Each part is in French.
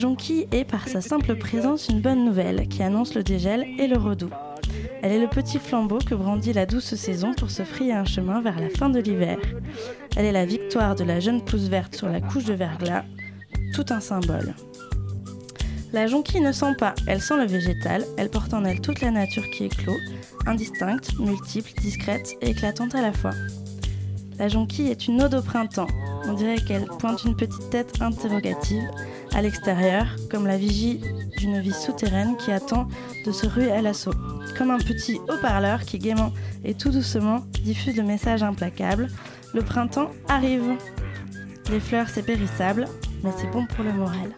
Jonquille est par sa simple présence une bonne nouvelle qui annonce le dégel et le redoux. Elle est le petit flambeau que brandit la douce saison pour se frayer un chemin vers la fin de l'hiver. Elle est la victoire de la jeune pousse verte sur la couche de verglas, tout un symbole. La jonquille ne sent pas, elle sent le végétal, elle porte en elle toute la nature qui éclot, indistincte, multiple, discrète et éclatante à la fois. La jonquille est une ode au printemps. On dirait qu'elle pointe une petite tête interrogative à l'extérieur, comme la vigie d'une vie souterraine qui attend de se ruer à l'assaut. Comme un petit haut-parleur qui gaiement et tout doucement diffuse le message implacable. Le printemps arrive. Les fleurs, c'est périssable, mais c'est bon pour le moral.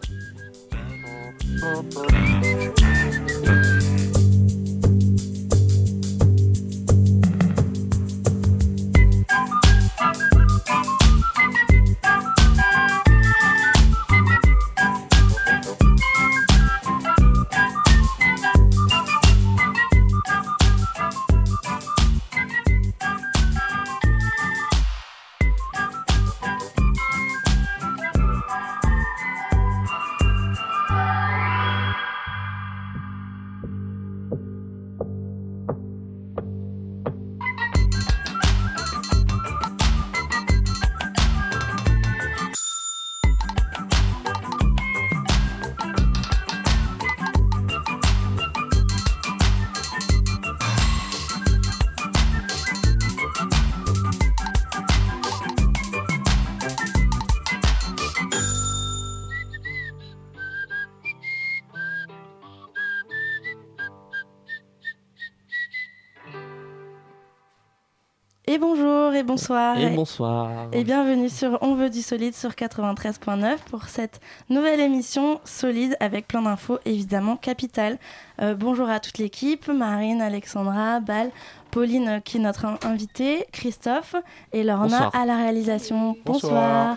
Et bonjour et bonsoir. Et bonsoir. Et bienvenue sur On veut du solide sur 93.9 pour cette nouvelle émission solide avec plein d'infos évidemment capitales. Bonjour à toute l'équipe, Marine, Alexandra, Bal, Pauline qui est notre invitée, Christophe et Lorna à la réalisation. Bonsoir.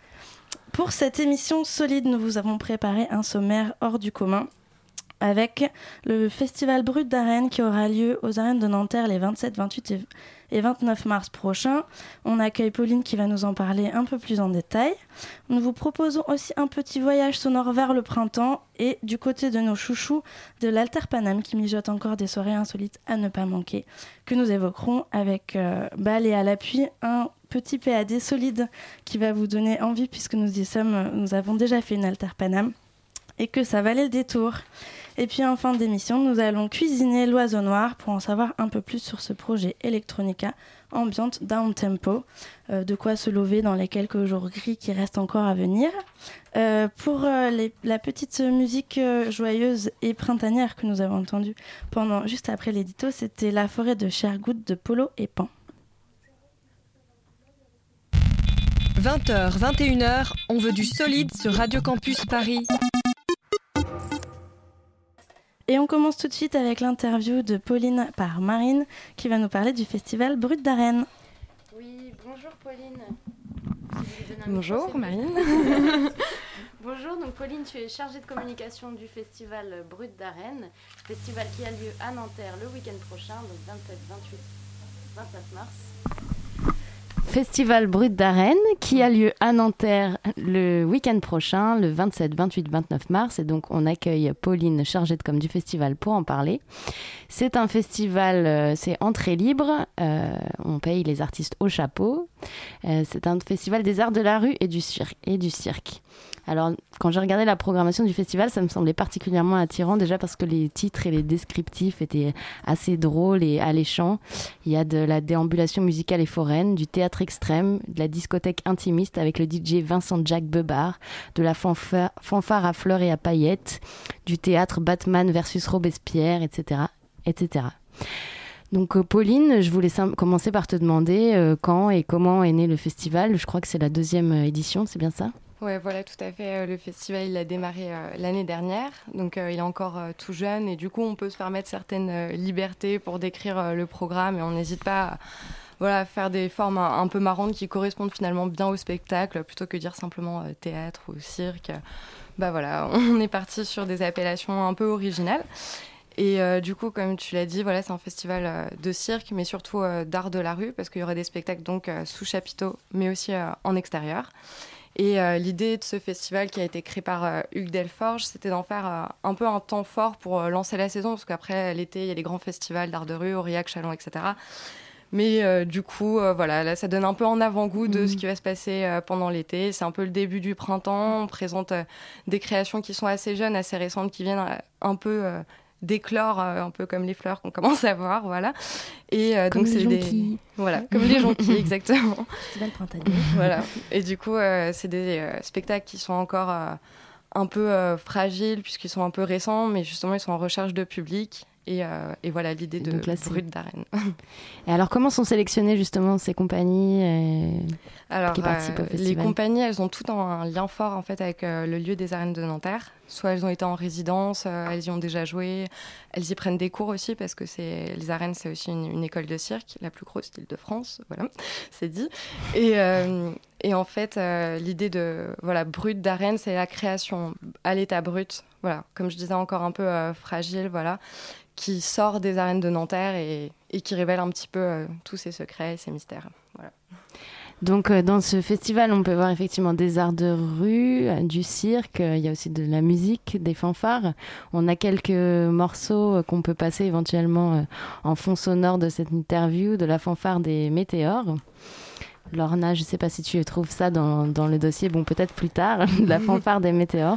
Pour cette émission solide, nous vous avons préparé un sommaire hors du commun avec le festival Brut d'Arène qui aura lieu aux arènes de Nanterre les 27, 28 et 29 mars prochains. On accueille Pauline qui va nous en parler un peu plus en détail. Nous vous proposons aussi un petit voyage sonore vers le printemps et du côté de nos chouchous de l'Alter Paname qui mijote encore des soirées insolites à ne pas manquer, que nous évoquerons avec Bal et à l'appui un petit PAD solide qui va vous donner envie puisque nous avons déjà fait une Alter Paname et que ça valait le détour. Et puis en fin d'émission, nous allons cuisiner l'oiseau noir pour en savoir un peu plus sur ce projet Electronica ambiante down tempo, de quoi se lever dans les quelques jours gris qui restent encore à venir. Pour la petite musique joyeuse et printanière que nous avons entendue juste après l'édito, c'était La forêt de Chergoud de Polo et Pan. 20h, 21h, on veut du solide sur Radio Campus Paris. Et on commence tout de suite avec l'interview de Pauline par Marine qui va nous parler du festival Brut d'Arène. Oui, bonjour Pauline. Bonjour Marine. Bonjour, donc Pauline, tu es chargée de communication du festival Brut d'Arène, festival qui a lieu à Nanterre le week-end prochain, donc 27, 28, 29 mars. Festival Brut d'Arène qui a lieu à Nanterre le week-end prochain, le 27, 28, 29 mars. Et donc, on accueille Pauline, chargée de com du festival, pour en parler. C'est un festival, c'est entrée libre. On paye les artistes au chapeau. C'est un festival des arts de la rue et du cirque. Alors, quand j'ai regardé la programmation du festival, ça me semblait particulièrement attirant, déjà parce que les titres et les descriptifs étaient assez drôles et alléchants. Il y a de la déambulation musicale et foraine, du théâtre extrême, de la discothèque intimiste avec le DJ Vincent Jack Bebard, de la fanfare à fleurs et à paillettes, du théâtre Batman versus Robespierre, etc., etc. Donc Pauline, je voulais commencer par te demander quand et comment est né le festival. Je crois que c'est la 2e édition, c'est bien ça ? Ouais, voilà, tout à fait. Le festival, il a démarré l'année dernière, donc il est encore tout jeune et du coup, on peut se permettre certaines libertés pour décrire le programme et on n'hésite pas à faire des formes un peu marrantes qui correspondent finalement bien au spectacle plutôt que dire simplement théâtre ou cirque. On est parti sur des appellations un peu originales. Et du coup, comme tu l'as dit, c'est un festival de cirque, mais surtout d'art de la rue, parce qu'il y aura des spectacles donc sous chapiteau, mais aussi en extérieur. Et l'idée de ce festival qui a été créé par Hugues Delforge, c'était d'en faire un peu un temps fort pour lancer la saison, parce qu'après l'été, il y a les grands festivals d'art de rue, Aurillac, Châlons, etc. Mais du coup, voilà, là, ça donne un peu en avant-goût de ce qui va se passer pendant l'été. C'est un peu le début du printemps. On présente des créations qui sont assez jeunes, assez récentes, qui viennent un peu d'éclore, un peu comme les fleurs qu'on commence à voir, voilà. Et comme donc les c'est jonquilles. Voilà, comme les jonquilles, exactement. Festival printanier. Voilà. Et du coup, c'est des spectacles qui sont encore un peu fragiles, puisqu'ils sont un peu récents, mais justement, ils sont en recherche de public. Et voilà l'idée de Brut d'Arène. Et alors, comment sont sélectionnées justement ces compagnies qui participent au festival ? Les compagnies, elles ont tout un lien fort en fait avec le lieu des arènes de Nanterre. Soit elles ont été en résidence, elles y ont déjà joué, elles y prennent des cours aussi parce que les arènes, c'est aussi une école de cirque, la plus grosse d'Île-de-France, voilà, c'est dit. Et en fait, l'idée de Brut d'Arène, c'est la création à l'état brut, voilà, comme je disais, encore un peu fragile, voilà, qui sort des arènes de Nanterre et qui révèle un petit peu tous ses secrets et ses mystères. Voilà. Donc dans ce festival, on peut voir effectivement des arts de rue, du cirque, il y a aussi de la musique, des fanfares. On a quelques morceaux qu'on peut passer éventuellement en fond sonore de cette interview, de la fanfare des Météores. Lorna, je ne sais pas si tu trouves ça dans le dossier, bon peut-être plus tard, la fanfare des Météores.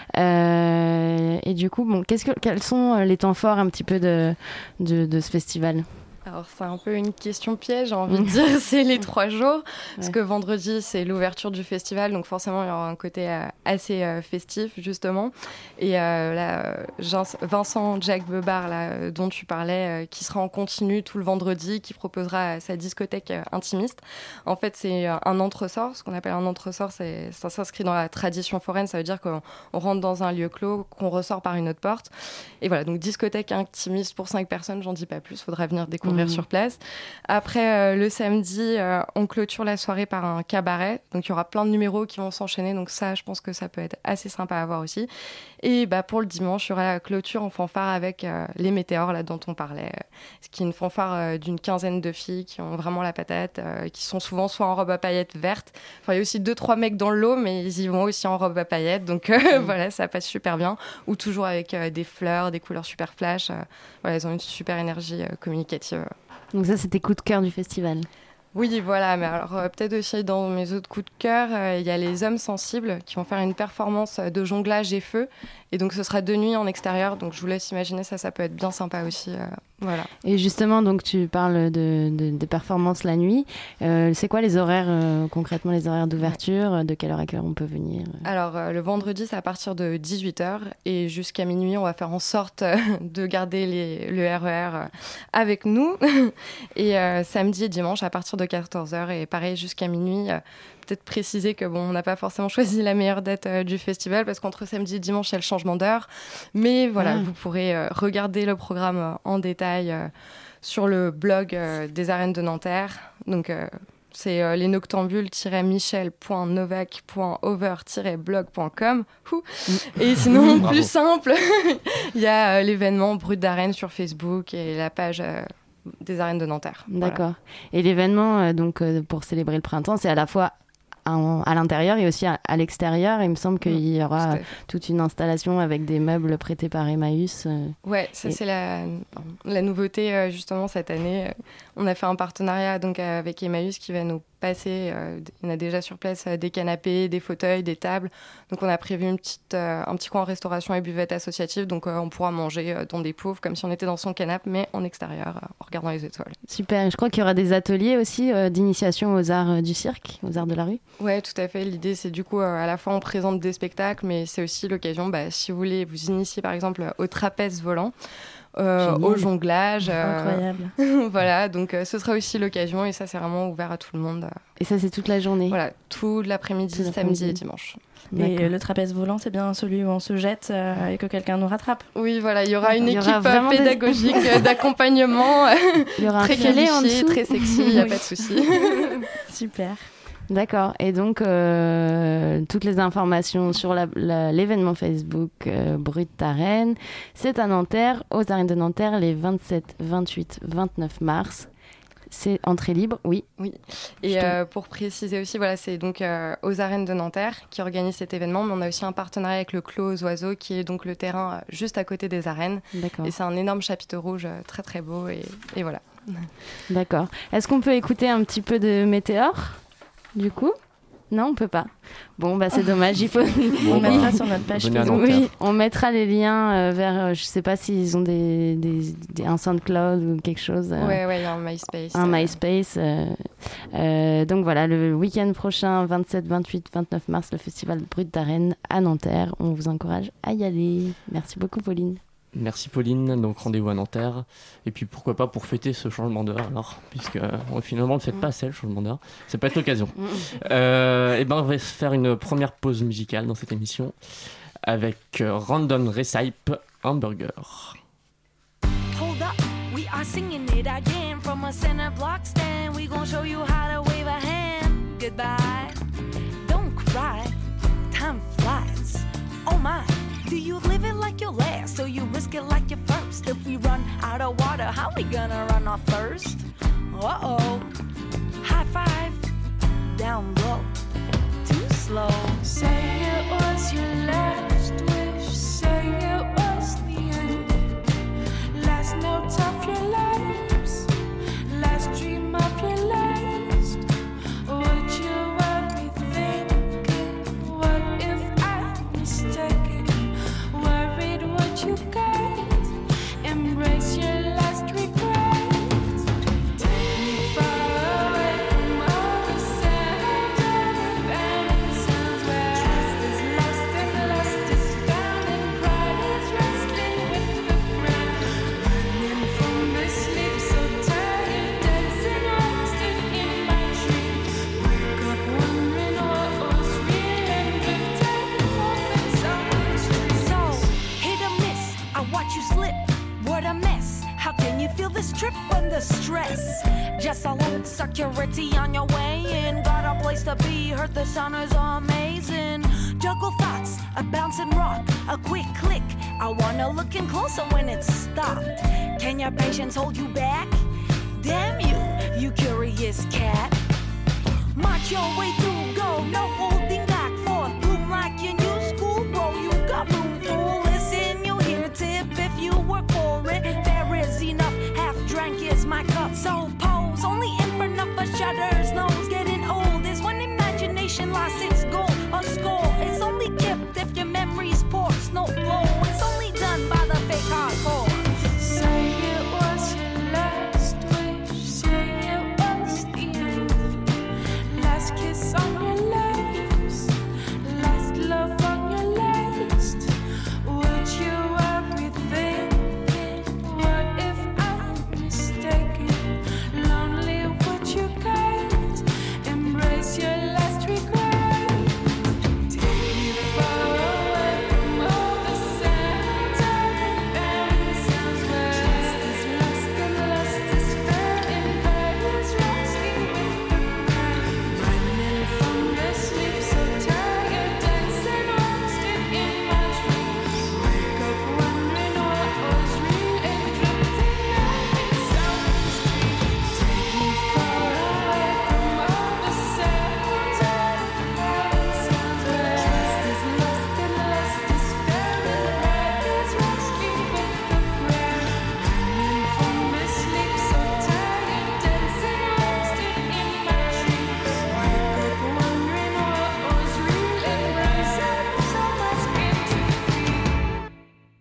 Et du coup, bon, quels sont les temps forts un petit peu de ce festival ? Alors c'est un peu une question piège, j'ai envie de dire, c'est les 3 jours, parce que vendredi c'est l'ouverture du festival, donc forcément il y aura un côté assez festif justement. Et là, Vincent Jack Bebar, là, dont tu parlais, qui sera en continu tout le vendredi, qui proposera sa discothèque intimiste. En fait c'est un entresort, ce qu'on appelle un entresort, ça s'inscrit dans la tradition foraine, ça veut dire qu'on rentre dans un lieu clos, qu'on ressort par une autre porte. Et voilà, donc discothèque intimiste pour 5 personnes, j'en dis pas plus, faudra venir découvrir sur place. Après, le samedi, on clôture la soirée par un cabaret. Donc, il y aura plein de numéros qui vont s'enchaîner. Donc, ça, je pense que ça peut être assez sympa à voir aussi. Et pour le dimanche, il y aura la clôture en fanfare avec les Météores, là, dont on parlait. Ce qui est une fanfare d'une 15aine de filles qui ont vraiment la patate, qui sont souvent soit en robe à paillettes verte. Enfin, il y a aussi 2-3 mecs dans le lot, mais ils y vont aussi en robe à paillettes. Donc, voilà, ça passe super bien. Ou toujours avec des fleurs, des couleurs super flash. Voilà, ils ont une super énergie communicative. Donc ça, c'était coup de cœur du festival. Oui, voilà, mais alors peut-être aussi dans mes autres coups de cœur, il y a les Hommes Sensibles qui vont faire une performance de jonglage et feu. Et donc ce sera de nuit en extérieur, donc je vous laisse imaginer, ça peut être bien sympa aussi. Voilà. Et justement, donc tu parles de performances la nuit. C'est quoi les horaires, concrètement les horaires d'ouverture ? De quelle heure à quelle heure on peut venir ? Alors le vendredi, c'est à partir de 18h et jusqu'à minuit, on va faire en sorte de garder le RER avec nous. Et samedi et dimanche, à partir de 14h et pareil jusqu'à minuit. Peut-être préciser que on n'a pas forcément choisi la meilleure date du festival parce qu'entre samedi et dimanche, il y a le changement d'heure. Mais voilà, vous pourrez regarder le programme en détail sur le blog des arènes de Nanterre. Donc, c'est lesnoctambules-michel.novak.over-blog.com. Et sinon, plus simple, il y a l'événement Brut d'Arène sur Facebook et la page des arènes de Nanterre. D'accord. Voilà. Et l'événement, pour célébrer le printemps, c'est à la fois à l'intérieur et aussi à l'extérieur. Il me semble qu'il y aura toute une installation avec des meubles prêtés par Emmaüs. Ouais, ça c'est la nouveauté justement cette année. On a fait un partenariat donc avec Emmaüs qui va nous passer. On a déjà sur place des canapés, des fauteuils, des tables. Donc on a prévu un petit coin restauration et buvette associative. Donc on pourra manger dans des poufs comme si on était dans son canapé, mais en extérieur en regardant les étoiles. Super. Je crois qu'il y aura des ateliers aussi d'initiation aux arts du cirque, aux arts de la rue. Ouais, tout à fait. L'idée c'est du coup à la fois on présente des spectacles, mais c'est aussi l'occasion, si vous voulez vous initier par exemple au trapèze volant. Au jonglage. Incroyable. Voilà, donc ce sera aussi l'occasion et ça c'est vraiment ouvert à tout le monde. Et ça c'est toute la journée. Voilà, tout l'après-midi, samedi et dimanche. Et le trapèze volant, c'est bien celui où on se jette et que quelqu'un nous rattrape. Oui, voilà, il y aura une équipe pédagogique d'accompagnement. Il y aura très qualifiée, très sexy, il n'y a pas de souci. Super. D'accord. Et donc, toutes les informations sur l'événement Facebook Brut d'Arène, c'est à Nanterre, aux arènes de Nanterre, les 27, 28, 29 mars. C'est entrée libre, oui. Oui. Et pour préciser aussi, voilà, c'est donc aux arènes de Nanterre qui organise cet événement, mais on a aussi un partenariat avec le Clos aux Oiseaux, qui est donc le terrain juste à côté des arènes. D'accord. Et c'est un énorme chapiteau rouge, très très beau, et voilà. D'accord. Est-ce qu'on peut écouter un petit peu de Météor, du coup ? Non, on peut pas. Bon, bah c'est dommage. Il faut. On mettra sur notre page Facebook. Oui, on mettra les liens vers. Je sais pas s'ils ont un SoundCloud ou quelque chose. Ouais, il y a un MySpace. Un MySpace. Donc voilà, le week-end prochain, 27, 28, 29 mars, le festival Brut d'Arène à Nanterre. On vous encourage à y aller. Merci beaucoup, Pauline. Merci Pauline, donc rendez-vous à Nanterre. Et puis pourquoi pas pour fêter ce changement d'heure alors, puisque finalement on ne fête pas assez le changement d'heure. Ça peut être l'occasion. Et ben on va se faire une première pause musicale dans cette émission avec Random Recipe Hamburger. Hold up, we are singing it again from a center block stand. We gon' show you how to wave a hand. Goodbye, don't cry, time flies. Oh my. Do you live it like your last, or you risk it like your first? If we run out of water, how we gonna run off first? Uh-oh, high five, down low, too slow. Say it was your last wish, say it was the end. Last note of your lips, last dream of your last. Would you ever be thinking, what if I'm mistaken? Worried what you got, embrace your last regret. Take me far away from all the sound and abandoned sounds where trust is lost and lust is found and pride is wrestling with the ground. Running from the sleep so tired, dancing wasted in my dreams. Wake up wondering what was real and drifting off in some street. So, hit or miss, I watch you slip. What a mess. How can you feel this trip under stress? Just alone, security on your way in. Got a place to be, heard the sound is amazing. Juggle thoughts, a bouncing rock, a quick click. I wanna look in closer when it's stopped. Can your patience hold you back? Damn you curious cat. March your way through, go, no holding back. Forth, bloom like your new school, bro. You got room full. Listen, you hear tip if you work for it. There is enough, half drank is my cup. So pose, only in front of a shutter's nose. Getting old is when imagination lost its goal. A score is only kept if your memory's poor. Snow blow is only done by the fake hardcore. Say it was your last wish, say it was the end. Last kiss on your lips, last love on your last. Would you ever be thinking, what if I'm mistaken? Lonely what you got, embrace your last regret. Take me far away from all the sounds and abandoned sounds where trust is lost and lust is found and pride is wrestling with the ground. Running from the sleep so tired, dancing wasted in my dreams. Wake up wondering what was real and drifting off in some street. Take me far away from all the sounds and abandoned sounds where trust is lost and lust is found and pride is wrestling with the ground. Running from the sleep so tired, dancing wasted in my dreams. Wake up wondering what was real and rise up so much into fear.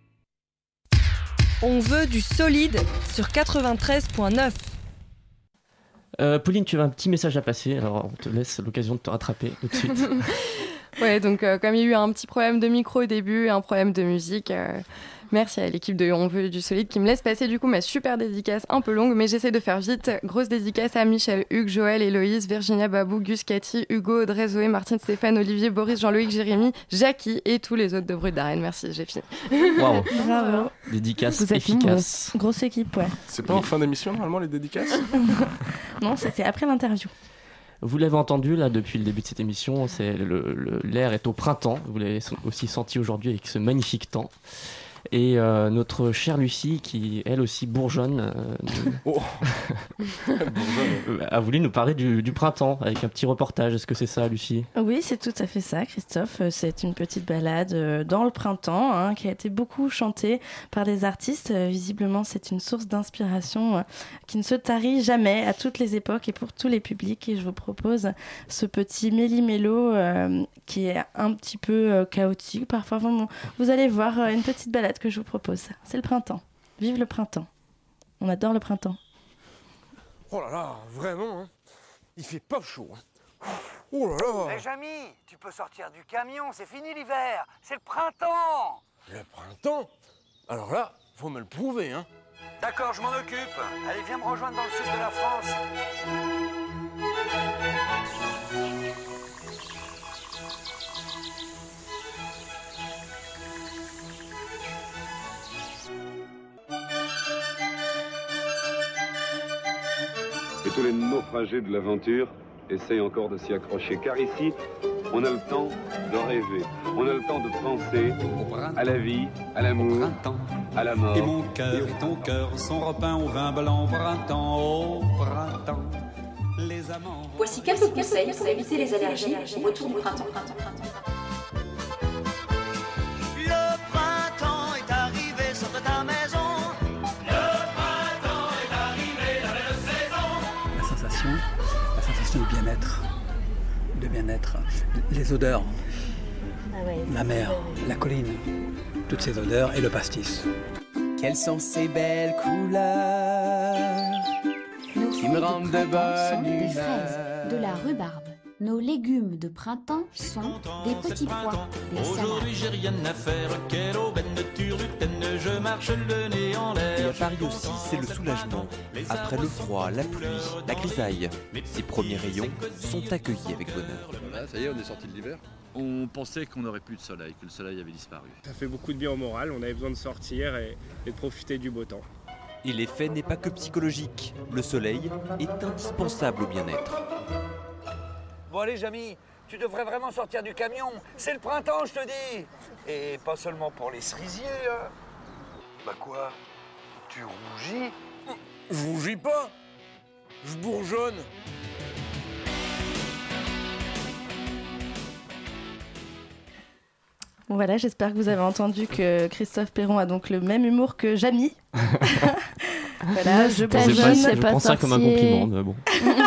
On veut du solide sur 93.9. Pauline, tu as un petit message à passer, alors on te laisse l'occasion de te rattraper tout de suite. Ouais, donc comme il y a eu un petit problème de micro au début et un problème de musique, merci à l'équipe de On veut du solide qui me laisse passer du coup ma super dédicace un peu longue, mais j'essaie de faire vite. Grosse dédicace à Michel, Hugues, Joël, Héloïse, Virginia, Babou, Gus, Cathy, Hugo, Audrey, Zoé, Martine, Stéphane, Olivier, Boris, Jean-Loïc, Jérémy, Jackie et tous les autres de Brut d'Arène. Merci, j'ai fini. Waouh, Bravo. dédicace Vous êtes efficace. Grosse équipe, ouais. C'est pas en fin d'émission normalement les dédicaces? Non, c'était après l'interview. Vous l'avez entendu là depuis le début de cette émission, l'air est au printemps. Vous l'avez aussi senti aujourd'hui avec ce magnifique temps. Et notre chère Lucie, qui elle aussi bourgeonne, a voulu nous parler du printemps avec un petit reportage. Est-ce que c'est ça, Lucie ? Oui, c'est tout à fait ça, Christophe. C'est une petite balade dans le printemps hein, qui a été beaucoup chantée par des artistes. Visiblement, c'est une source d'inspiration qui ne se tarit jamais à toutes les époques et pour tous les publics. Et je vous propose ce petit méli-mélo qui est un petit peu chaotique parfois. Vous allez voir une petite balade que je vous propose. C'est le printemps. Vive le printemps. On adore le printemps. Oh là là, vraiment, hein. Il fait pas chaud. Hein. Oh là là. Hey Jamy, tu peux sortir du camion, c'est fini l'hiver, c'est le printemps. Le printemps? Alors là, faut me le prouver, hein. D'accord, je m'en occupe. Allez, viens me rejoindre dans le sud de la France. Et tous les naufragés de l'aventure essayent encore de s'y accrocher. Car ici, on a le temps de rêver. On a le temps de penser à la vie, à l'amour, à la mort. Et mon cœur et ton cœur sont repeints au vin blanc. Au printemps, les amants. Voici quelques conseils pour éviter les allergies au retour du printemps. Le printemps est arrivé, sors de ta maison. La sensation de bien-être, les odeurs, la mer, la colline, toutes ces odeurs et le pastis. Quelles sont ces belles couleurs qui me rendent de bonne des humeur. fraises, de la rhubarbe. Nos légumes de printemps sont des petits pois, des Aujourd'hui j'ai rien à faire, quelle aubaine de turlutaine, je marche le nez en l'air. Et à Paris aussi, c'est le soulagement. Après le froid, la pluie, la grisaille, ces premiers rayons sont accueillis avec bonheur. Voilà, ça y est, on est sorti de l'hiver. On pensait qu'on n'aurait plus de soleil, que le soleil avait disparu. Ça fait beaucoup de bien au moral, on avait besoin de sortir et de profiter du beau temps. Et l'effet n'est pas que psychologique. Le soleil est indispensable au bien-être. Bon allez Jamy, tu devrais vraiment sortir du camion. C'est le printemps, je te dis. Et pas seulement pour les cerisiers. Hein. Bah quoi? Tu rougis? Je rougis pas. Je bourgeonne. Bon, voilà, j'espère que vous avez entendu que Christophe Perron a donc le même humour que Jamy. Voilà, je prends ça comme un compliment, mais bon.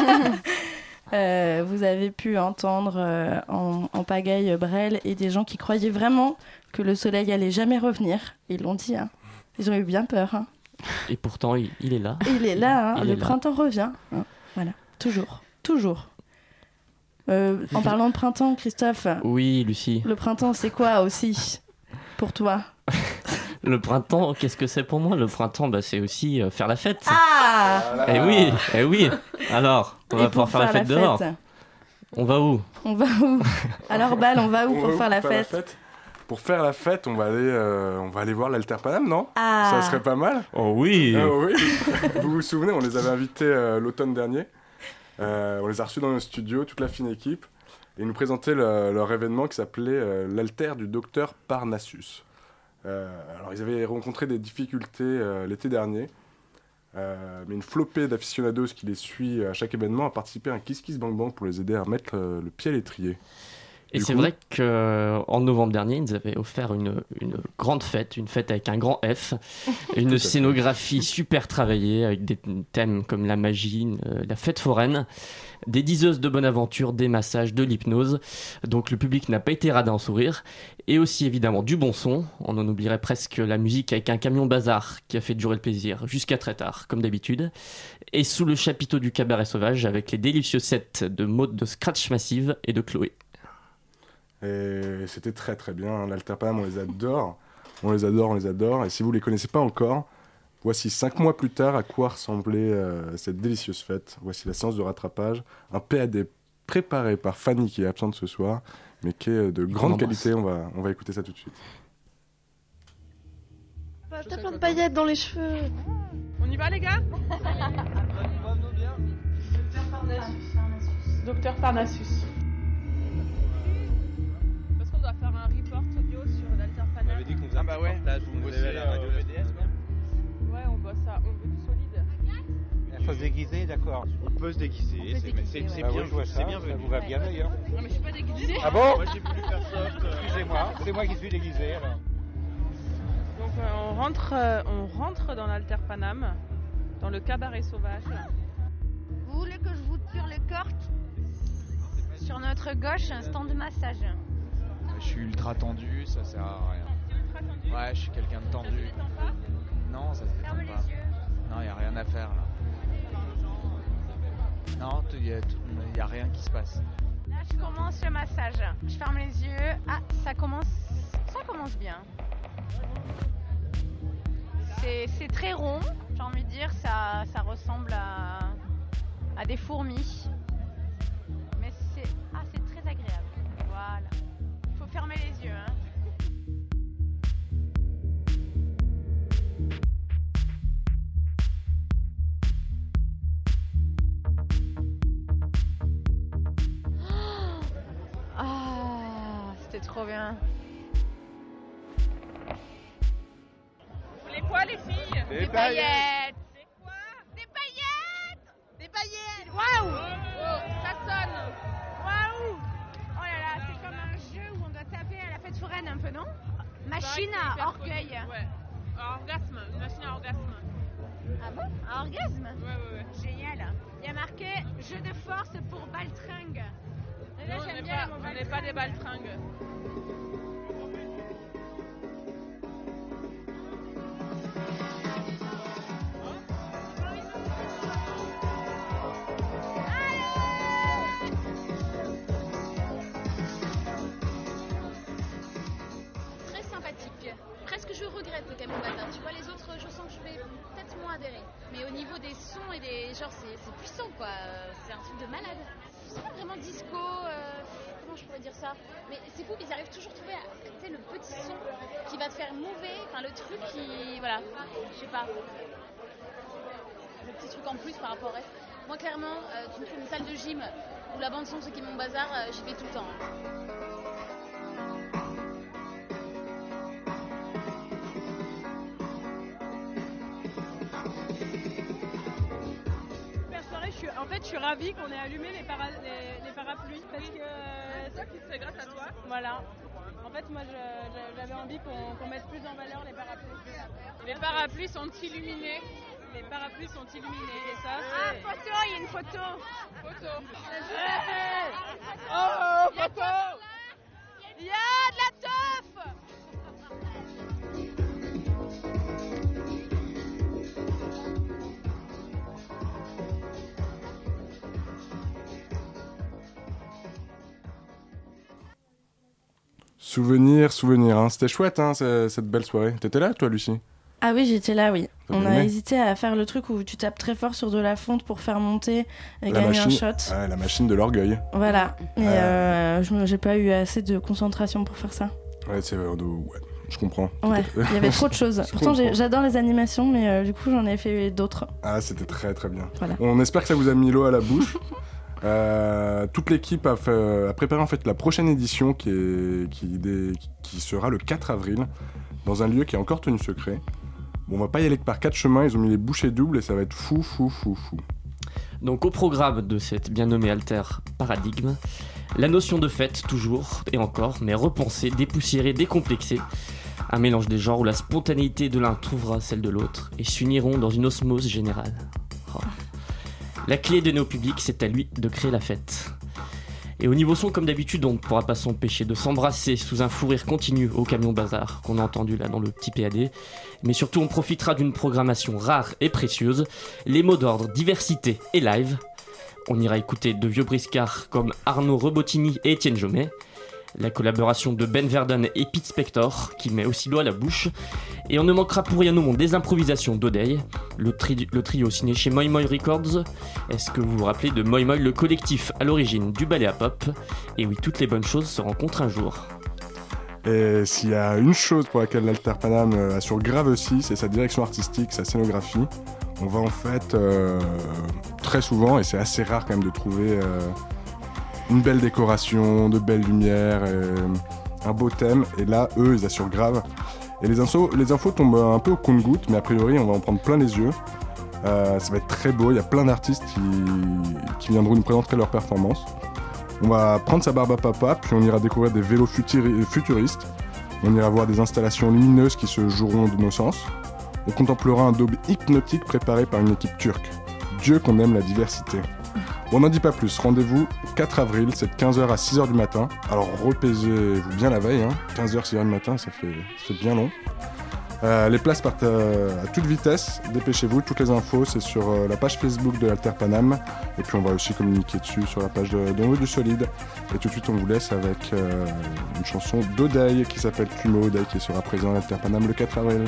Vous avez pu entendre en pagaille Brel et des gens qui croyaient vraiment que le soleil allait jamais revenir. Ils l'ont dit, hein. Ils ont eu bien peur. Hein. Et pourtant, il est là. Il est là, hein. Le printemps revient. Hein. Voilà, toujours. En parlant de printemps, Christophe. Oui, Lucie. Le printemps, c'est quoi aussi pour toi? Le printemps, qu'est-ce que c'est pour moi? Le printemps, c'est aussi faire la fête. Ah! Eh oui. Alors, on va pouvoir faire la fête dehors. On va où? Alors, Bal, on va où pour faire la fête? Pour faire la fête, on va aller voir l'Alter Paname, non? Ah. Ça serait pas mal. Oh oui. Oui. Vous vous souvenez, on les avait invités l'automne dernier. On les a reçus dans nos studios, toute la fine équipe. Et ils nous présentaient leur événement qui s'appelait l'Alter du docteur Parnassus. Alors, ils avaient rencontré des difficultés l'été dernier. Mais une flopée d'aficionados qui les suit à chaque événement a participé à un Kiss Kiss Bang Bang pour les aider à remettre le pied à l'étrier. Et c'est vrai qu'en novembre dernier, ils nous avaient offert une grande fête, une fête avec un grand F, une scénographie super travaillée avec des thèmes comme la magie, la fête foraine, des diseuses de bonne aventure, des massages, de l'hypnose. Donc le public n'a pas été radin en sourire. Et aussi évidemment du bon son. On en oublierait presque la musique avec un camion bazar qui a fait durer le plaisir jusqu'à très tard, comme d'habitude. Et sous le chapiteau du cabaret sauvage avec les délicieux sets de Maud de Scratch Massive et de Chloé. Et c'était très très bien, l'Alter Paname, on les adore. Et si vous ne les connaissez pas encore, voici 5 mois plus tard à quoi ressemblait cette délicieuse fête. Voici la séance de rattrapage, un PAD préparé par Fanny qui est absente ce soir, mais qui est de grande qualité. On va écouter ça tout de suite. T'as plein de paillettes dans les cheveux. On y va les gars? Docteur Parnassus. Parce qu'on doit faire un report audio sur l'Alter Paname. Ah bah ouais, là, vous me faut se déguiser, d'accord. On peut se déguiser, c'est Bah bien, oui, je vois c'est ça, bien ça venu. vous va bien d'ailleurs. Non mais je suis pas déguisée. Ah bon? Moi j'ai voulu faire soft. Excusez-moi, c'est moi qui suis déguisé alors. Donc on rentre dans l'Alter Paname, dans le cabaret sauvage. Vous voulez que je vous tire les cartes? Sur notre gauche, un stand de massage. Je suis ultra tendu, ça sert à rien. Ouais, je suis quelqu'un de tendu. Non, ça se détend pas. Non, il n'y a rien à faire là. Non, il n'y a rien qui se passe. Là, je commence le massage. Je ferme les yeux. Ah, ça commence bien. C'est très rond, j'ai envie de dire. Ça ressemble à des fourmis. Mais c'est très agréable. Voilà. Il faut fermer les yeux. Hein. C'était trop bien. Vous voulez quoi les filles? Des paillettes. C'est quoi? Des paillettes. Des paillettes. Waouh! Ça sonne! Waouh! Oh là là, c'est comme un jeu où on doit taper à la fête foraine un peu, non? Machine à orgueil. Ouais. Orgasme, une machine à orgasme. Ah bon? Un orgasme? Ouais. Génial. Il y a marqué jeu de force pour baltringue. Et là, Non, j'aime bien mon on n'est pas des baltringues. Très sympathique. Presque je regrette le camion bazar. Tu vois, les autres, je sens que je vais peut-être moins adhérer. Mais au niveau des sons et des... Genre, c'est puissant, quoi. C'est un truc de malade. C'est pas vraiment disco, comment je pourrais dire ça? Mais c'est fou qu'ils arrivent toujours à trouver le petit son qui va te faire mouver, enfin le truc qui... Voilà, je sais pas. Le petit truc en plus par rapport au reste. Moi, clairement, tu me trouves une salle de gym où la bande son c'est qui est mon bazar, j'y vais tout le temps. Je suis ravie qu'on ait allumé les parapluies parce que ça c'est grâce à toi. Voilà. En fait, moi j'avais envie qu'on mette plus en valeur les parapluies. Les parapluies sont illuminés. Les parapluies sont illuminés et ça c'est... Ah, photo, il y a une photo. Oh, photo. Il y a de la teuf. Souvenir, hein. C'était chouette, hein, cette belle soirée. T'étais là, toi, Lucie? Ah oui, j'étais là, oui. On a aimé hésité à faire le truc où tu tapes très fort sur de la fonte pour faire monter et La gagner machine, un shot. la machine de l'orgueil. Voilà. Mais j'ai pas eu assez de concentration pour faire ça. Ouais, je comprends. Ouais, il y avait trop de choses. Pourtant, j'adore les animations, mais du coup, j'en ai fait d'autres. Ah, c'était très très bien. Voilà. On espère que ça vous a mis l'eau à la bouche. Toute l'équipe a préparé en fait la prochaine édition qui sera le 4 avril dans un lieu qui est encore tenu secret. Bon, on va pas y aller que par 4 chemins, ils ont mis les bouchées doubles et ça va être fou. Donc au programme de cette bien nommée Alter Paradigme, la notion de fête toujours et encore, mais repensée, dépoussiérée, décomplexée. Un mélange des genres où la spontanéité de l'un trouvera celle de l'autre et s'uniront dans une osmose générale. Oh. La clé de nos publics, c'est à lui de créer la fête. Et au niveau son, comme d'habitude, on ne pourra pas s'empêcher de s'embrasser sous un fou rire continu au camion bazar qu'on a entendu là dans le petit PAD. Mais surtout, on profitera d'une programmation rare et précieuse, les mots d'ordre diversité et live. On ira écouter de vieux briscards comme Arnaud Rebottini et Étienne Jomet, la collaboration de Ben Verden et Pete Spector, qui met aussi l'eau à la bouche. Et on ne manquera pour rien au monde des improvisations d'Odeille, le trio signé chez Moi Moi Records. Est-ce que vous vous rappelez de Moi Moi, le collectif à l'origine du ballet à pop? Et oui, toutes les bonnes choses se rencontrent un jour. Et s'il y a une chose pour laquelle l'Alter Paname assure grave aussi, c'est sa direction artistique, sa scénographie. On va en fait très souvent, et c'est assez rare quand même de trouver une belle décoration, de belles lumières, un beau thème. Et là, eux, ils assurent grave. Et les infos tombent un peu au compte-gouttes, mais a priori, on va en prendre plein les yeux. Ça va être très beau, il y a plein d'artistes qui viendront nous présenter leurs performances. On va prendre sa barbe à papa, puis on ira découvrir des vélos futuristes. On ira voir des installations lumineuses qui se joueront de nos sens. On contemplera un daube hypnotique préparé par une équipe turque. Dieu qu'on aime la diversité. On n'en dit pas plus, rendez-vous 4 avril, c'est de 15h à 6h du matin. Alors reposez-vous bien la veille, 15h, 6h du matin, ça fait bien long. Les places partent à toute vitesse, dépêchez-vous, toutes les infos c'est sur la page Facebook de l'Alter Paname et puis on va aussi communiquer dessus sur la page de Donneau du Solide. Et tout de suite on vous laisse avec une chanson d'Odeil qui s'appelle Kumo Odeil qui sera présent à l'Alter Paname le 4 avril.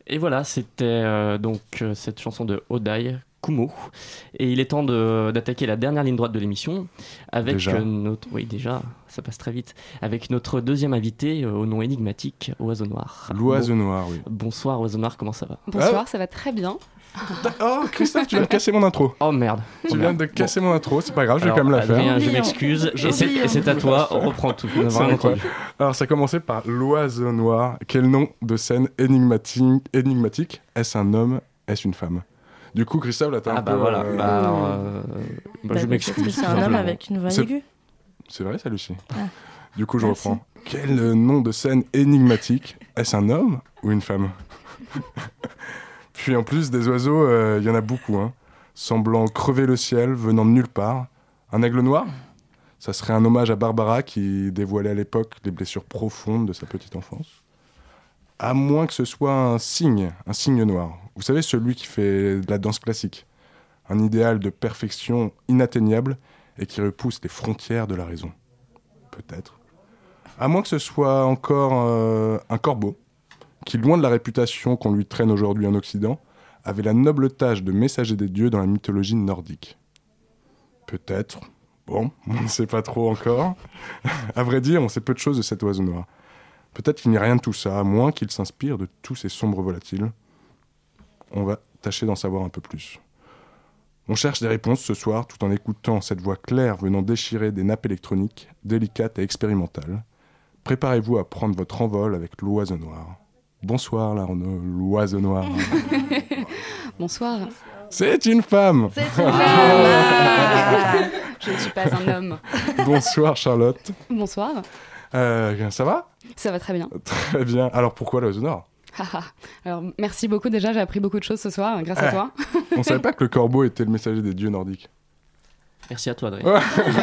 Et voilà, c'était donc cette chanson de Odai, Kumo. Et il est temps d'attaquer la dernière ligne droite de l'émission avec notre... Oui, déjà, ça passe très vite. Avec notre deuxième invité au nom énigmatique, Oiseau Noir. L'Oiseau Noir, oui. Bonsoir Oiseau Noir, comment ça va? Bonsoir, ça va très bien. Oh, Christophe, tu viens de casser mon intro. Oh merde. Tu viens de casser mon intro, c'est pas grave, je vais quand même la faire. Je m'excuse, et c'est à toi, on reprend tout. Alors, ça a commencé par L'Oiseau Noir. Quel nom de scène énigmatique? Est-ce un homme? Est-ce une femme? Du coup, Christophe, là, t'as un peu... voilà. Je m'excuse. C'est un homme avec une voix aiguë. C'est vrai, ça, Lucie? Du coup, je reprends. Quel nom de scène énigmatique? Est-ce un homme ou une femme? Puis en plus, des oiseaux, il y en a beaucoup, hein. Semblant crever le ciel, venant de nulle part. Un aigle noir? Ça serait un hommage à Barbara qui dévoilait à l'époque les blessures profondes de sa petite enfance. À moins que ce soit un cygne noir. Vous savez, celui qui fait de la danse classique. Un idéal de perfection inatteignable et qui repousse les frontières de la raison. Peut-être. À moins que ce soit encore un corbeau, qui, loin de la réputation qu'on lui traîne aujourd'hui en Occident, avait la noble tâche de messager des dieux dans la mythologie nordique. Peut-être. Bon, on ne sait pas trop encore. À vrai dire, on sait peu de choses de cet oiseau noir. Peut-être qu'il n'y a rien de tout ça, à moins qu'il s'inspire de tous ces sombres volatiles. On va tâcher d'en savoir un peu plus. On cherche des réponses ce soir, tout en écoutant cette voix claire venant déchirer des nappes électroniques, délicates et expérimentales. Préparez-vous à prendre votre envol avec l'oiseau noir. Bonsoir, l'oiseau noir. Bonsoir. C'est une femme. C'est une femme. Je ne suis pas un homme. Bonsoir, Charlotte. Bonsoir. Ça va? Ça va très bien. Très bien. Alors, pourquoi l'oiseau noir? Alors, merci beaucoup déjà. J'ai appris beaucoup de choses ce soir grâce à toi. On ne savait pas que le corbeau était le messager des dieux nordiques. Merci à toi, Adrien.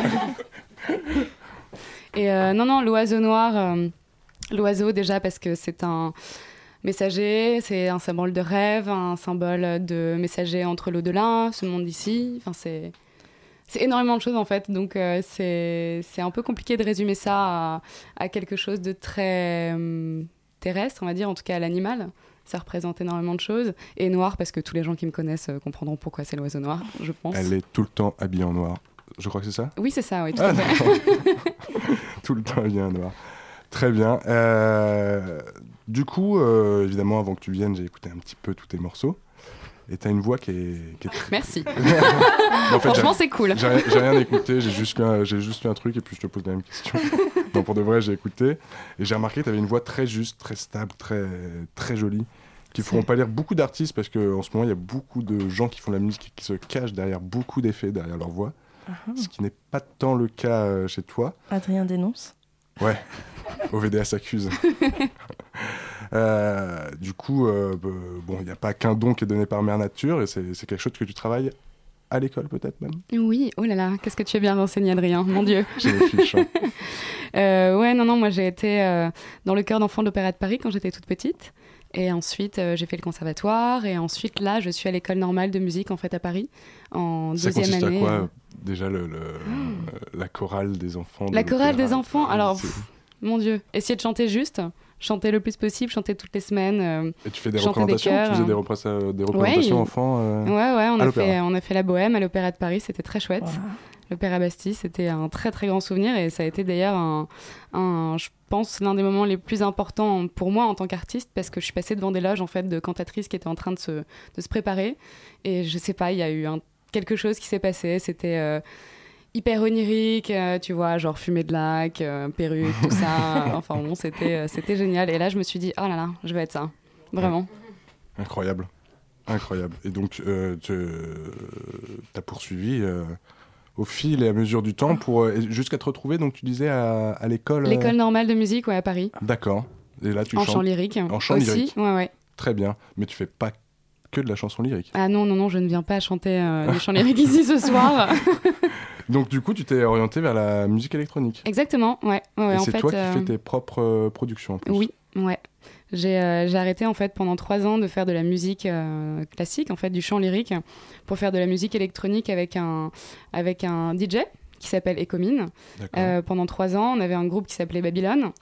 Et non, l'oiseau noir... L'oiseau déjà parce que c'est un messager, c'est un symbole de rêve, un symbole de messager entre l'au-delà, ce monde d'ici. Enfin, c'est énormément de choses en fait. Donc c'est un peu compliqué de résumer ça à quelque chose de très terrestre, on va dire, en tout cas à l'animal. Ça représente énormément de choses. Et noir parce que tous les gens qui me connaissent comprendront pourquoi c'est l'oiseau noir, je pense. Elle est tout le temps habillée en noir. Je crois que c'est ça? Oui, c'est ça, oui, tout à fait. Tout le temps habillée en noir. Très bien. Du coup, évidemment, avant que tu viennes, j'ai écouté un petit peu tous tes morceaux. Et tu as une voix qui est très... Merci. En fait, franchement, c'est cool. J'ai rien écouté, j'ai juste fait un truc et puis je te pose la même question. Non, pour de vrai, j'ai écouté. Et j'ai remarqué que tu avais une voix très juste, très stable, très, très jolie, qui ne feront pas lire beaucoup d'artistes parce qu'en ce moment, il y a beaucoup de gens qui font la musique qui se cachent derrière beaucoup d'effets derrière leur voix. Ce qui n'est pas tant le cas chez toi. Adrien dénonce. Ouais, OVDA s'accuse. Du coup, bon, il n'y a pas qu'un don qui est donné par Mère Nature, et c'est quelque chose que tu travailles à l'école peut-être même. Oui, oh là là, qu'est-ce que tu es bien renseigné, Adrien, mon Dieu. J'ai mes fiches. Ouais, non, moi j'ai été dans le chœur d'enfants de l'Opéra de Paris quand j'étais toute petite. Et ensuite, j'ai fait le conservatoire. Et ensuite, là, je suis à l'école normale de musique, en fait, à Paris, en deuxième année. Ça consiste à quoi, déjà, la chorale des enfants? La chorale des enfants, alors, mon Dieu, essayer de chanter juste, chanter le plus possible, chanter toutes les semaines. Et tu fais des représentations? Tu faisais des représentations enfants Ouais, on a fait la Bohème à l'Opéra de Paris, c'était très chouette. Wow. L'Opéra Bastille, c'était un très très grand souvenir et ça a été d'ailleurs je pense, l'un des moments les plus importants pour moi en tant qu'artiste parce que je suis passée devant des loges en fait, de cantatrices qui étaient en train de se préparer et je sais pas, il y a eu quelque chose qui s'est passé, c'était hyper onirique, tu vois, genre fumée de lac, perruque, tout ça, enfin bon, c'était génial et là je me suis dit, oh là là, je vais être ça, vraiment. Incroyable. Et donc, tu as poursuivi... au fil et à mesure du temps jusqu'à te retrouver, donc tu disais à l'école... L'école normale de musique, ouais, à Paris. D'accord. Et là, tu chantes... En chant lyrique. En chant aussi, lyrique. Ouais. Très bien. Mais tu fais pas que de la chanson lyrique. Ah non, je ne viens pas chanter du chant lyrique ici ce soir. Donc du coup, tu t'es orienté vers la musique électronique. Exactement, ouais. Et en c'est fait, toi qui fais tes propres productions en plus. Oui, ouais. J'ai arrêté en fait pendant 3 ans de faire de la musique classique, en fait du chant lyrique, pour faire de la musique électronique avec un DJ qui s'appelle Ecomine. Pendant 3 ans, on avait un groupe qui s'appelait Babylone.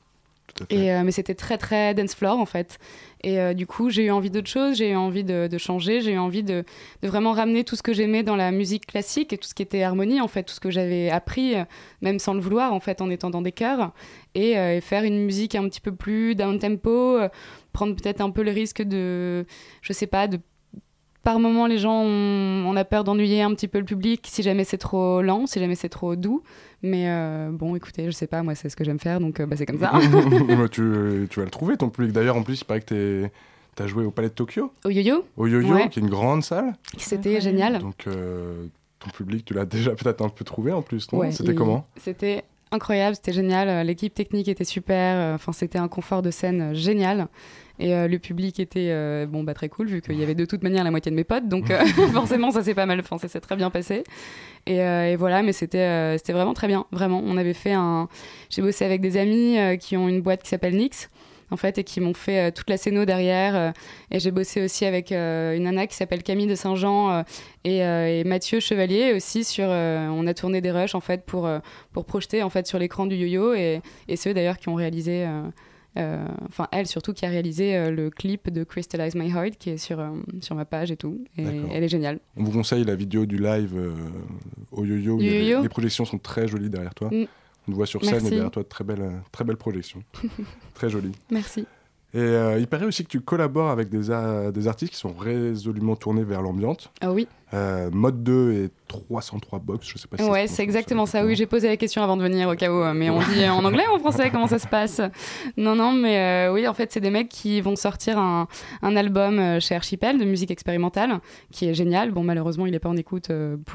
Tout à fait. Mais c'était très très dance floor en fait. Et du coup, j'ai eu envie d'autre chose, j'ai eu envie de changer, j'ai eu envie de vraiment ramener tout ce que j'aimais dans la musique classique et tout ce qui était harmonie, en fait, tout ce que j'avais appris, même sans le vouloir, en fait, en étant dans des chœurs, et faire une musique un petit peu plus down-tempo, prendre peut-être un peu le risque de, je sais pas, par moment, les gens on a peur d'ennuyer un petit peu le public si jamais c'est trop lent, si jamais c'est trop doux. Mais bon, écoutez, je sais pas, moi, c'est ce que j'aime faire, donc c'est comme ça. tu vas le trouver, ton public. D'ailleurs, en plus, il paraît que t'as joué au Palais de Tokyo. Au Yo-Yo. Au Yo-Yo, ouais. Qui est une grande salle. C'était génial. Donc, ton public, tu l'as déjà peut-être un peu trouvé en plus, non? Ouais, C'était comment? C'était incroyable, c'était génial. L'équipe technique était super. Enfin, c'était un confort de scène génial. Et le public était très cool, vu qu'il y avait de toute manière la moitié de mes potes. Donc forcément, ça s'est pas mal, ça s'est très bien passé. Et voilà, mais c'était vraiment très bien. Vraiment, on avait fait j'ai bossé avec des amis qui ont une boîte qui s'appelle Nix, en fait, et qui m'ont fait toute la scéno derrière. Et j'ai bossé aussi avec une nana qui s'appelle Camille de Saint-Jean et Mathieu Chevalier aussi on a tourné des rushs, en fait, pour projeter, en fait, sur l'écran du Yo-Yo. Et ceux, d'ailleurs, qui ont réalisé... elle surtout qui a réalisé le clip de Crystallize My Heart qui est sur ma page et tout, et elle est géniale. On vous conseille la vidéo du live au Yo-Yo où les projections sont très jolies derrière toi. On te voit sur scène et derrière toi très belle projection. Très jolie. Merci. Et il paraît aussi que tu collabores avec des artistes qui sont résolument tournés vers l'ambiance. Ah oui. Mode 2 et 303 Box, je sais pas si ouais, c'est exactement ça. Oui, j'ai posé la question avant de venir au cas où, mais on dit en anglais ou en français, comment ça se passe? Non, mais oui, en fait, c'est des mecs qui vont sortir un album chez Archipel de musique expérimentale qui est génial. Bon, malheureusement, il est pas en écoute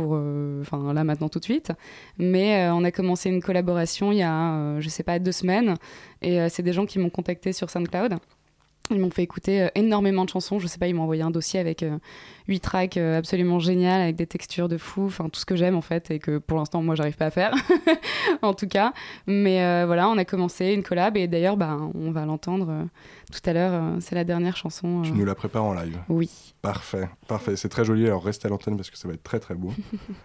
là maintenant tout de suite, mais on a commencé une collaboration il y a je sais pas 2 semaines, et c'est des gens qui m'ont contacté sur SoundCloud. Ils m'ont fait écouter énormément de chansons. Je sais pas, ils m'ont envoyé un dossier avec 8 tracks absolument génial, avec des textures de fou, enfin tout ce que j'aime en fait, et que pour l'instant moi j'arrive pas à faire, en tout cas. Mais voilà, on a commencé une collab, et d'ailleurs on va l'entendre tout à l'heure. C'est la dernière chanson. Tu nous la prépares en live? Oui. Parfait. C'est très joli, alors restez à l'antenne parce que ça va être très très beau.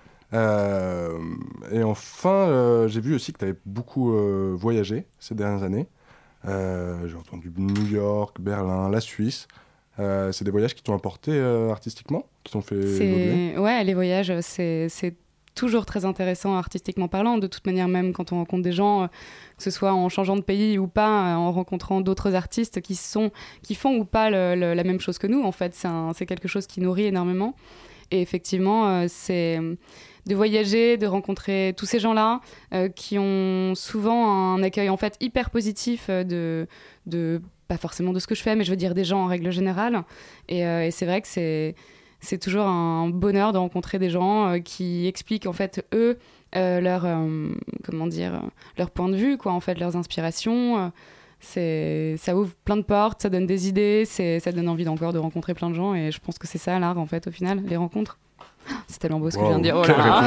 Et enfin, j'ai vu aussi que tu avais beaucoup voyagé ces dernières années. J'ai entendu New York, Berlin, la Suisse. C'est des voyages qui t'ont apporté artistiquement, qui t'ont fait évoluer? Ouais, les voyages, c'est toujours très intéressant artistiquement parlant. De toute manière, même quand on rencontre des gens, que ce soit en changeant de pays ou pas, en rencontrant d'autres artistes qui font ou pas la même chose que nous, en fait, c'est quelque chose qui nourrit énormément. Et effectivement, c'est de voyager, de rencontrer tous ces gens-là qui ont souvent un accueil en fait hyper positif de pas forcément de ce que je fais, mais je veux dire des gens en règle générale. Et c'est vrai que c'est toujours un bonheur de rencontrer des gens qui expliquent en fait eux leur point de vue, quoi, en fait, leurs inspirations. Ça ouvre plein de portes, ça donne des idées, ça donne envie encore de rencontrer plein de gens, et je pense que c'est ça l'art en fait au final, les rencontres. C'est tellement beau ce que je viens de dire. Oh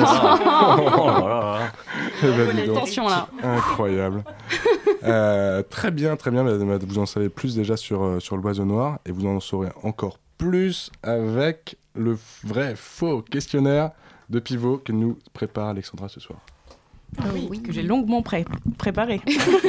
là là. Attention là. Incroyable. Très bien. Vous en savez plus déjà sur l'Oiseau Noir, et vous en saurez encore plus avec le vrai faux questionnaire de pivot que nous prépare Alexandra ce soir. Oui, que j'ai longuement préparé.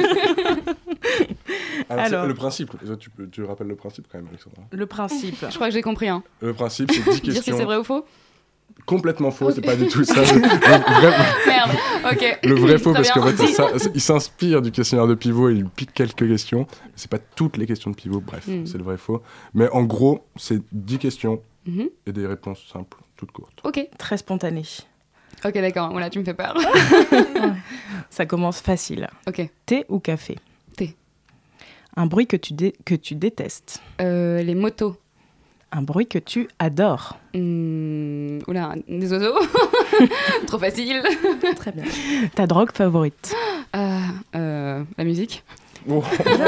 Alors, le principe, tu rappelles le principe quand même, Alexandra? Le principe. Je crois que j'ai compris. Le principe, c'est 10 questions. Dire si c'est vrai ou faux? Complètement faux, c'est pas du tout ça. Merde, ok. Le vrai faux, parce qu'en fait, il s'inspire du questionnaire de pivot et il pique quelques questions. C'est pas toutes les questions de pivot, bref, c'est le vrai faux. Mais en gros, c'est 10 questions et des réponses simples, toutes courtes. Ok. Très spontané. Ok, d'accord, voilà, tu me fais peur. Ça commence facile. Ok. Thé ou café? Thé. Un bruit que tu détestes? Les motos. Un bruit que tu adores? Oula, des oiseaux. Trop facile. Très bien. Ta drogue favorite? La musique. Oh,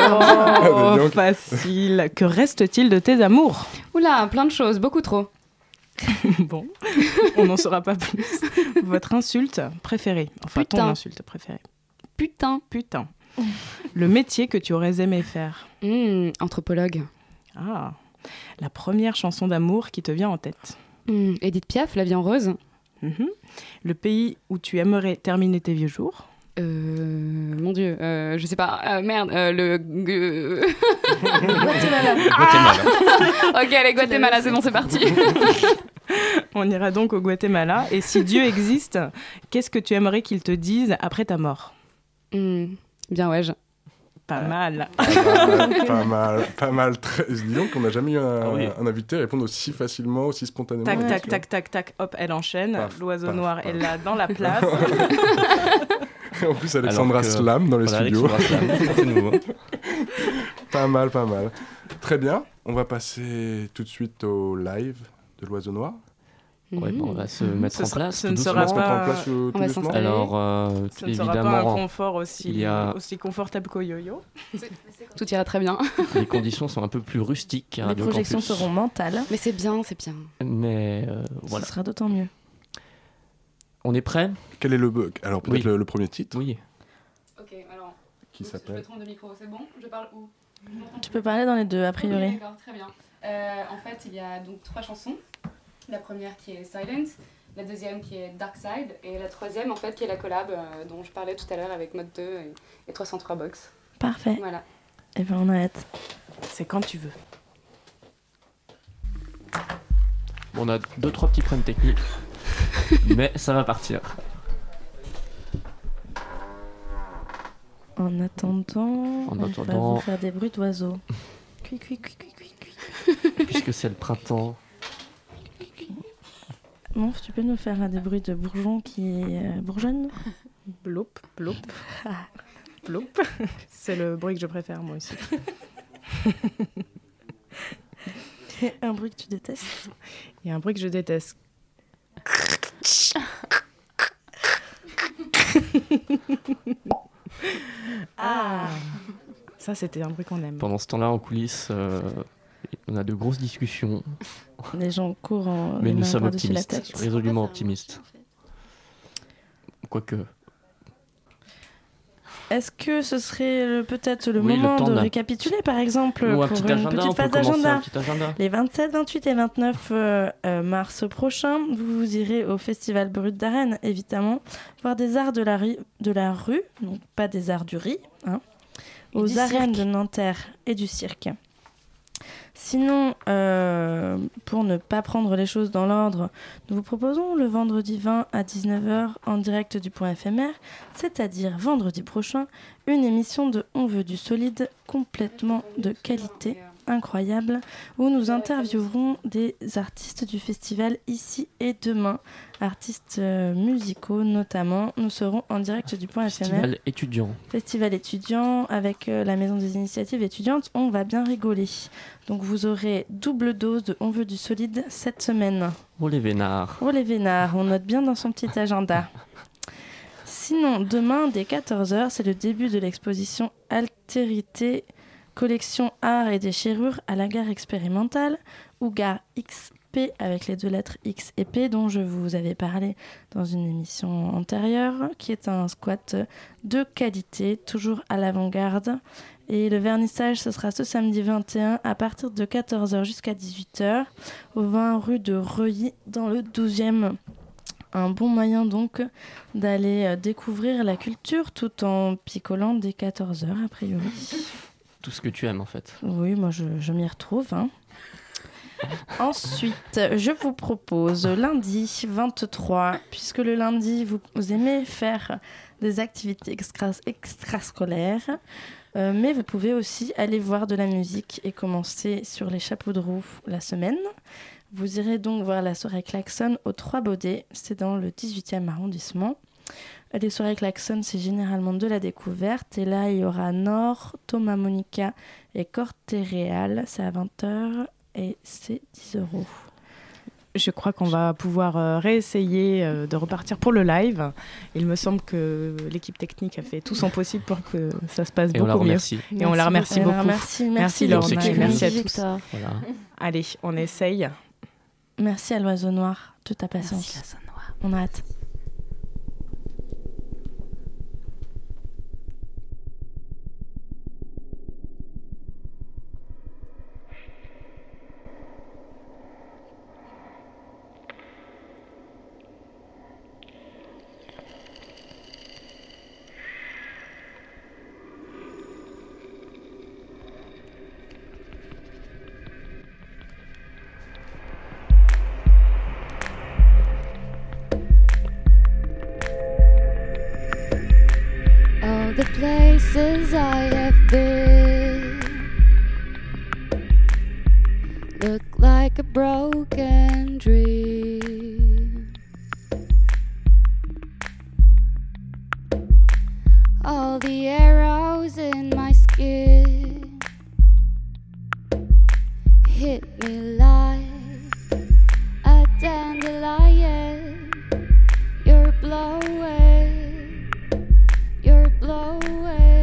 facile. Que reste-t-il de tes amours? Oula, plein de choses, beaucoup trop. Bon, on n'en saura pas plus. Votre insulte préférée? Enfin, Putain. Ton insulte préférée? Putain. Le métier que tu aurais aimé faire? Anthropologue. Ah. La première chanson d'amour qui te vient en tête? Edith Piaf, La vie en rose. Le pays où tu aimerais terminer tes vieux jours? Mon Dieu, je sais pas. Merde, le... Guatemala. Ok, allez, Guatemala, c'est bon, c'est parti. On ira donc au Guatemala. Et si Dieu existe, qu'est-ce que tu aimerais qu'il te dise après ta mort? Bien, ouais. Pas mal. Pas mal. Disons qu'on n'a jamais eu un invité répondre aussi facilement, aussi spontanément. Tac. Hop, elle enchaîne. Paf, L'oiseau paf, noir paf. est là dans la place. En plus, Alexandra Slam dans les studios. C'est nouveau. Pas mal. Très bien. On va passer tout de suite au live de l'oiseau noir. Ouais, on va se mettre en place. Ce ne sera pas... Alors, ce ne sera pas un confort aussi confortable qu'au yo-yo. Tout ira très bien. Les conditions sont un peu plus rustiques. Les projections seront mentales. Mais c'est bien. Mais voilà. Ce sera d'autant mieux. On est prêt? Quel est le bug? Alors peut-être le premier titre. Oui. Ok, alors. Qui s'appelle? Je prends le micro, c'est bon? Je parle où? Tu peux parler dans les deux, a priori. Okay, d'accord, très bien. En fait, il y a donc 3 chansons. La première qui est Silent, la deuxième qui est Dark Side, et la troisième en fait qui est la collab dont je parlais tout à l'heure avec Mode 2 et 303 Box. Parfait. Voilà. Et ben on arrête. C'est quand tu veux. Bon, on a 2-3 petits problèmes techniques, mais ça va partir. En attendant, on va vous faire des bruits d'oiseaux. Cui. Puisque c'est le printemps. Bon, tu peux nous faire des bruits de bourgeons qui bourgeonnent? Blop. Blop. C'est le bruit que je préfère, moi aussi. Et un bruit que tu détestes? Il y a un bruit que je déteste. Ça, c'était un bruit qu'on aime. Pendant ce temps-là, en coulisses, on a de grosses discussions. Les gens courent en... Mais nous sommes optimistes, résolument optimistes. Quoique... Est-ce que ce serait peut-être le moment de récapituler, par exemple, pour une petite phase d'agenda? Les 27, 28 et 29 mars prochains, vous irez au Festival Brut d'Arène, évidemment, voir des arts de la rue, donc pas des arts du riz, hein, aux arènes de Nanterre et du cirque. Sinon, pour ne pas prendre les choses dans l'ordre, nous vous proposons le vendredi 20 à 19h en direct du Point éphémère, c'est-à-dire vendredi prochain, une émission de On veut du solide complètement de qualité incroyable, où nous interviewerons des artistes du festival ici et demain, artistes musicaux notamment. Nous serons en direct du Point éphémère. Festival étudiant avec la Maison des Initiatives étudiantes. On va bien rigoler. Donc vous aurez double dose de On veut du solide cette semaine. Oh les vénards. On note bien dans son petit agenda. Sinon, demain, dès 14h, c'est le début de l'exposition Altérité, collection art et déchirure à la gare expérimentale, ou gare XP avec les 2 lettres X et P dont je vous avais parlé dans une émission antérieure, qui est un squat de qualité, toujours à l'avant-garde. Et le vernissage, ce sera ce samedi 21 à partir de 14h jusqu'à 18h au 20 rue de Reuilly dans le 12e. Un bon moyen donc d'aller découvrir la culture tout en picolant dès 14h a priori. Tout ce que tu aimes en fait. Oui, moi je m'y retrouve. Hein. Ensuite, je vous propose lundi 23, puisque le lundi vous aimez faire des activités extrascolaires, mais vous pouvez aussi aller voir de la musique et commencer sur les chapeaux de roue la semaine. Vous irez donc voir la soirée Klaxon aux 3 Baudets, c'est dans le 18e arrondissement. Les soirées Klaxon, c'est généralement de la découverte. Et là, il y aura Nord, Thomas Monica et Cortéréal. C'est à 20h et c'est 10 €. Je crois qu'on va pouvoir réessayer de repartir pour le live. Il me semble que l'équipe technique a fait tout son possible pour que ça se passe beaucoup mieux. Et on la remercie beaucoup. Merci Lorna et merci à tous. Voilà. Allez, on essaye. Merci à l'Oiseau Noir de ta patience. Merci, l'Oiseau Noir. On a hâte. the places I have been look like a broken dream. All the arrows in my skin hit me like a dandelion. You're blowing, you're blowing.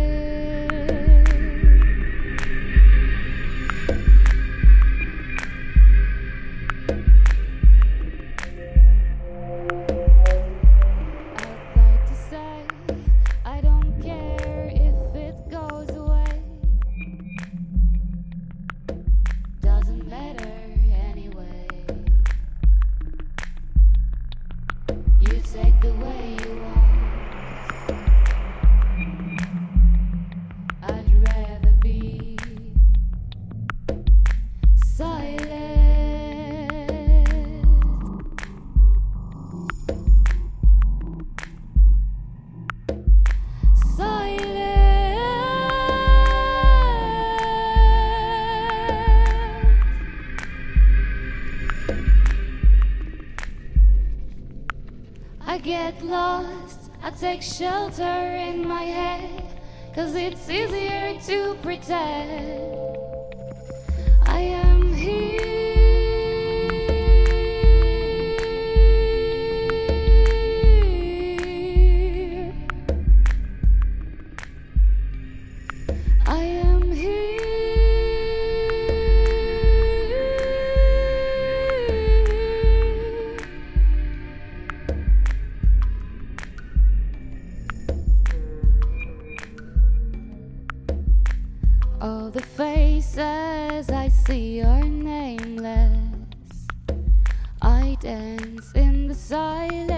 I'd like to say I don't care if it goes away. Doesn't matter anyway. You take the way you want. I'd rather be silent. I get lost, I take shelter in my head, 'cause it's easier to pretend I am here. I am here. All the faces I see are nameless. I dance in the silence.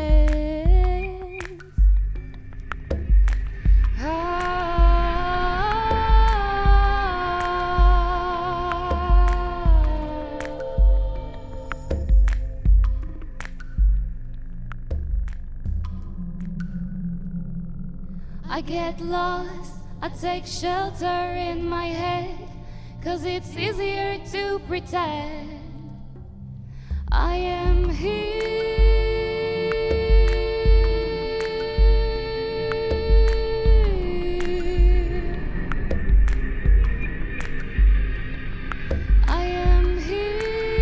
I get lost, I take shelter in my head, 'cause it's easier to pretend I am here. I am here.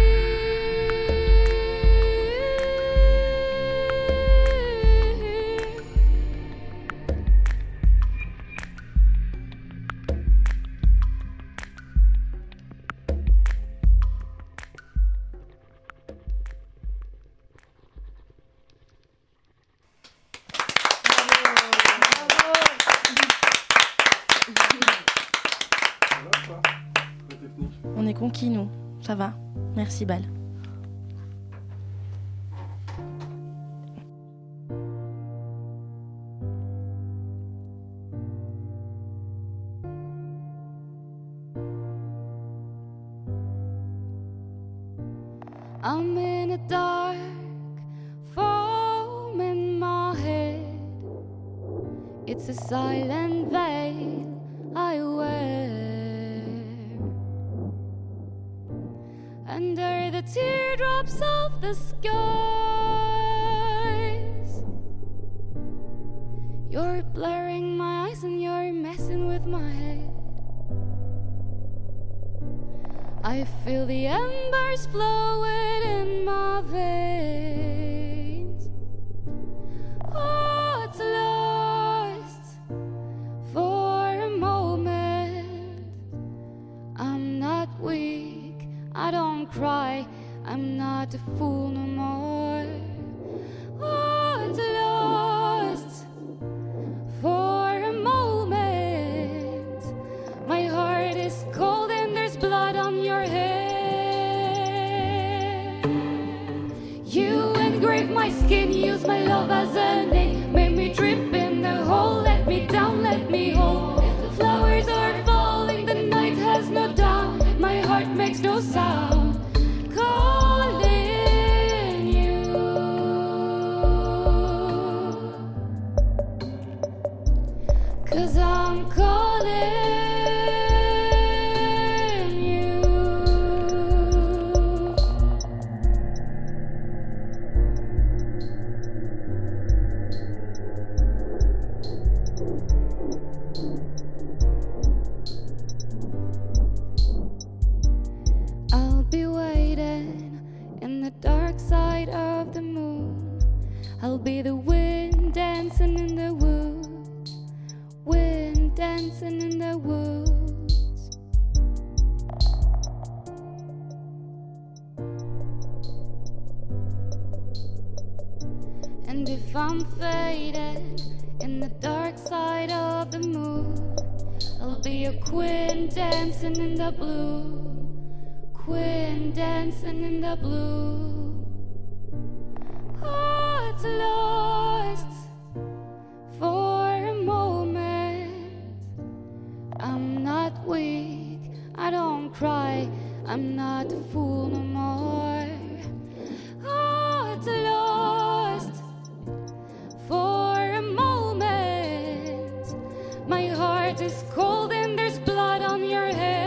On est conquis, nous. Ça va. Merci, Bal. I'm in a dark foam in my head. It's a silent veil I wear. Under the teardrops of the skies, you're blurring my eyes and you're messing with my head. I feel the embers flowing in my veins. Oh, it's lost for a moment. I'm not weak, I don't cry, I'm not a fool no more. Oh, it's lost for a moment. My heart is cold and there's blood on your head. You engraved my skin, used my love as a name, made me drip in the hole, let me down, let me hold. The flowers are falling, the night has no dawn, my heart makes no sound. Calling you, 'cause I I'll be the wind dancing in the woods, wind dancing in the woods. And if I'm faded in the dark side of the moon, I'll be a queen dancing in the blue, queen dancing in the blue. Hearts lost for a moment. I'm not weak, I don't cry, I'm not a fool no more. Hearts lost for a moment. My heart is cold and there's blood on your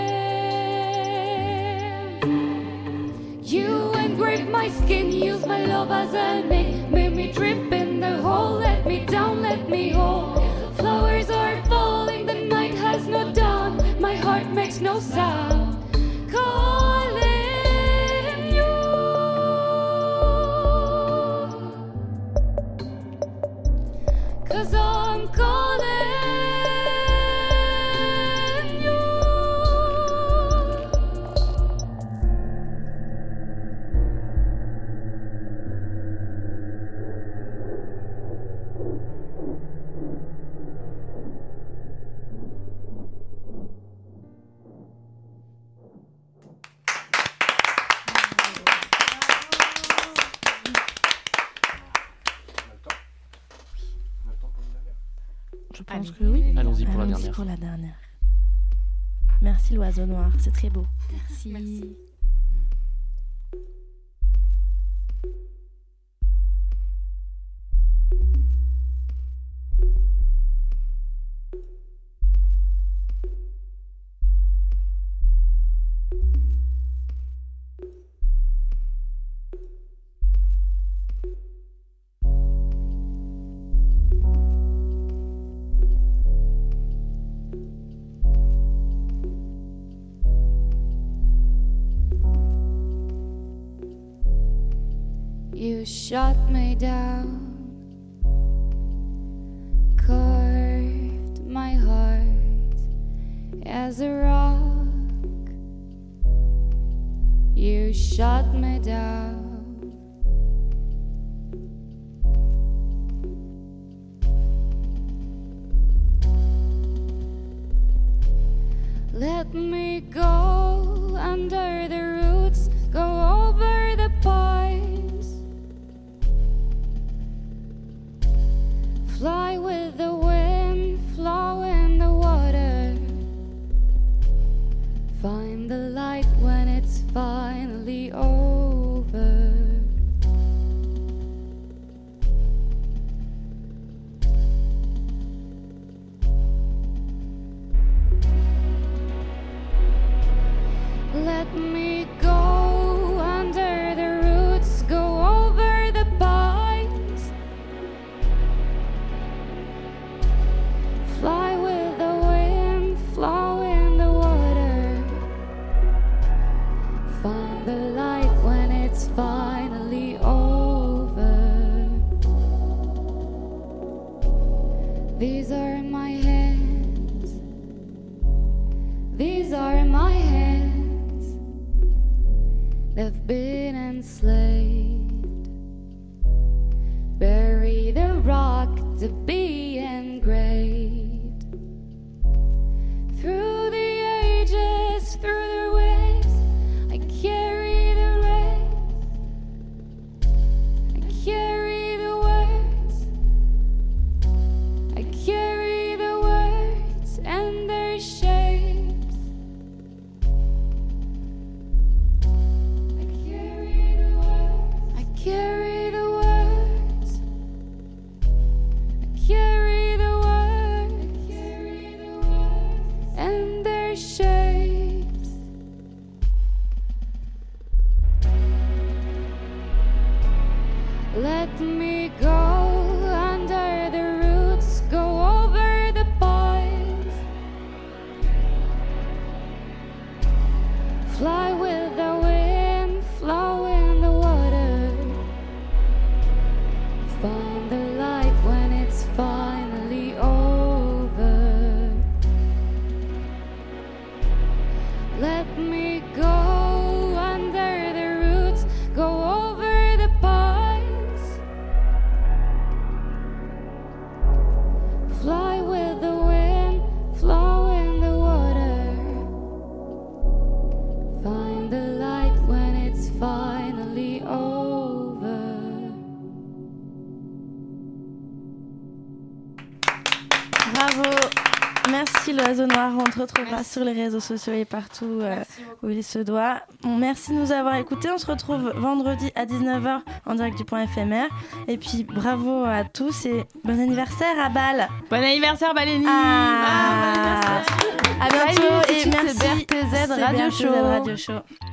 hands. You engraved my skin, used my love as a name, made me drip in the hole, let me down, let me hold. Flowers are falling, the night has no dawn, my heart makes no sound. Calling you, 'cause I'm calling you. Je pense que oui. Allons-y pour la dernière. Pour la dernière. Merci l'oiseau noir, c'est très beau. Merci. Merci. You shot me down, carved my heart as a rock. You shot me down. Let me go under the roots, go over the pines. Fly with the wind, flow in the water. Find the light when it's finally over. Let me go under the roots, go over the pines. Fly with the wind, flow in the water. Find the light when it's finally over. These are my hands. These are my hands. They've been enslaved. Bury the rock to be engraved. Through the ages, through the waves, I carry the rays. I carry the words. I carry the words and their shapes. I carry the words. I carry the words. I carry the words. I carry the words and their shapes. Let me go under the roots, go over the pines. Fly with the wind, flow in the water. Find finally over. Bravo. Merci l'Oiseau Noir, on te retrouvera sur les réseaux sociaux et partout où il se doit. Bon, merci de nous avoir écoutés, on se retrouve vendredi à 19h en direct du Point éphémère. Et puis bravo à tous et bon anniversaire à Bâle. Bon anniversaire Balénie. À bientôt et merci BRTZ Radio Show.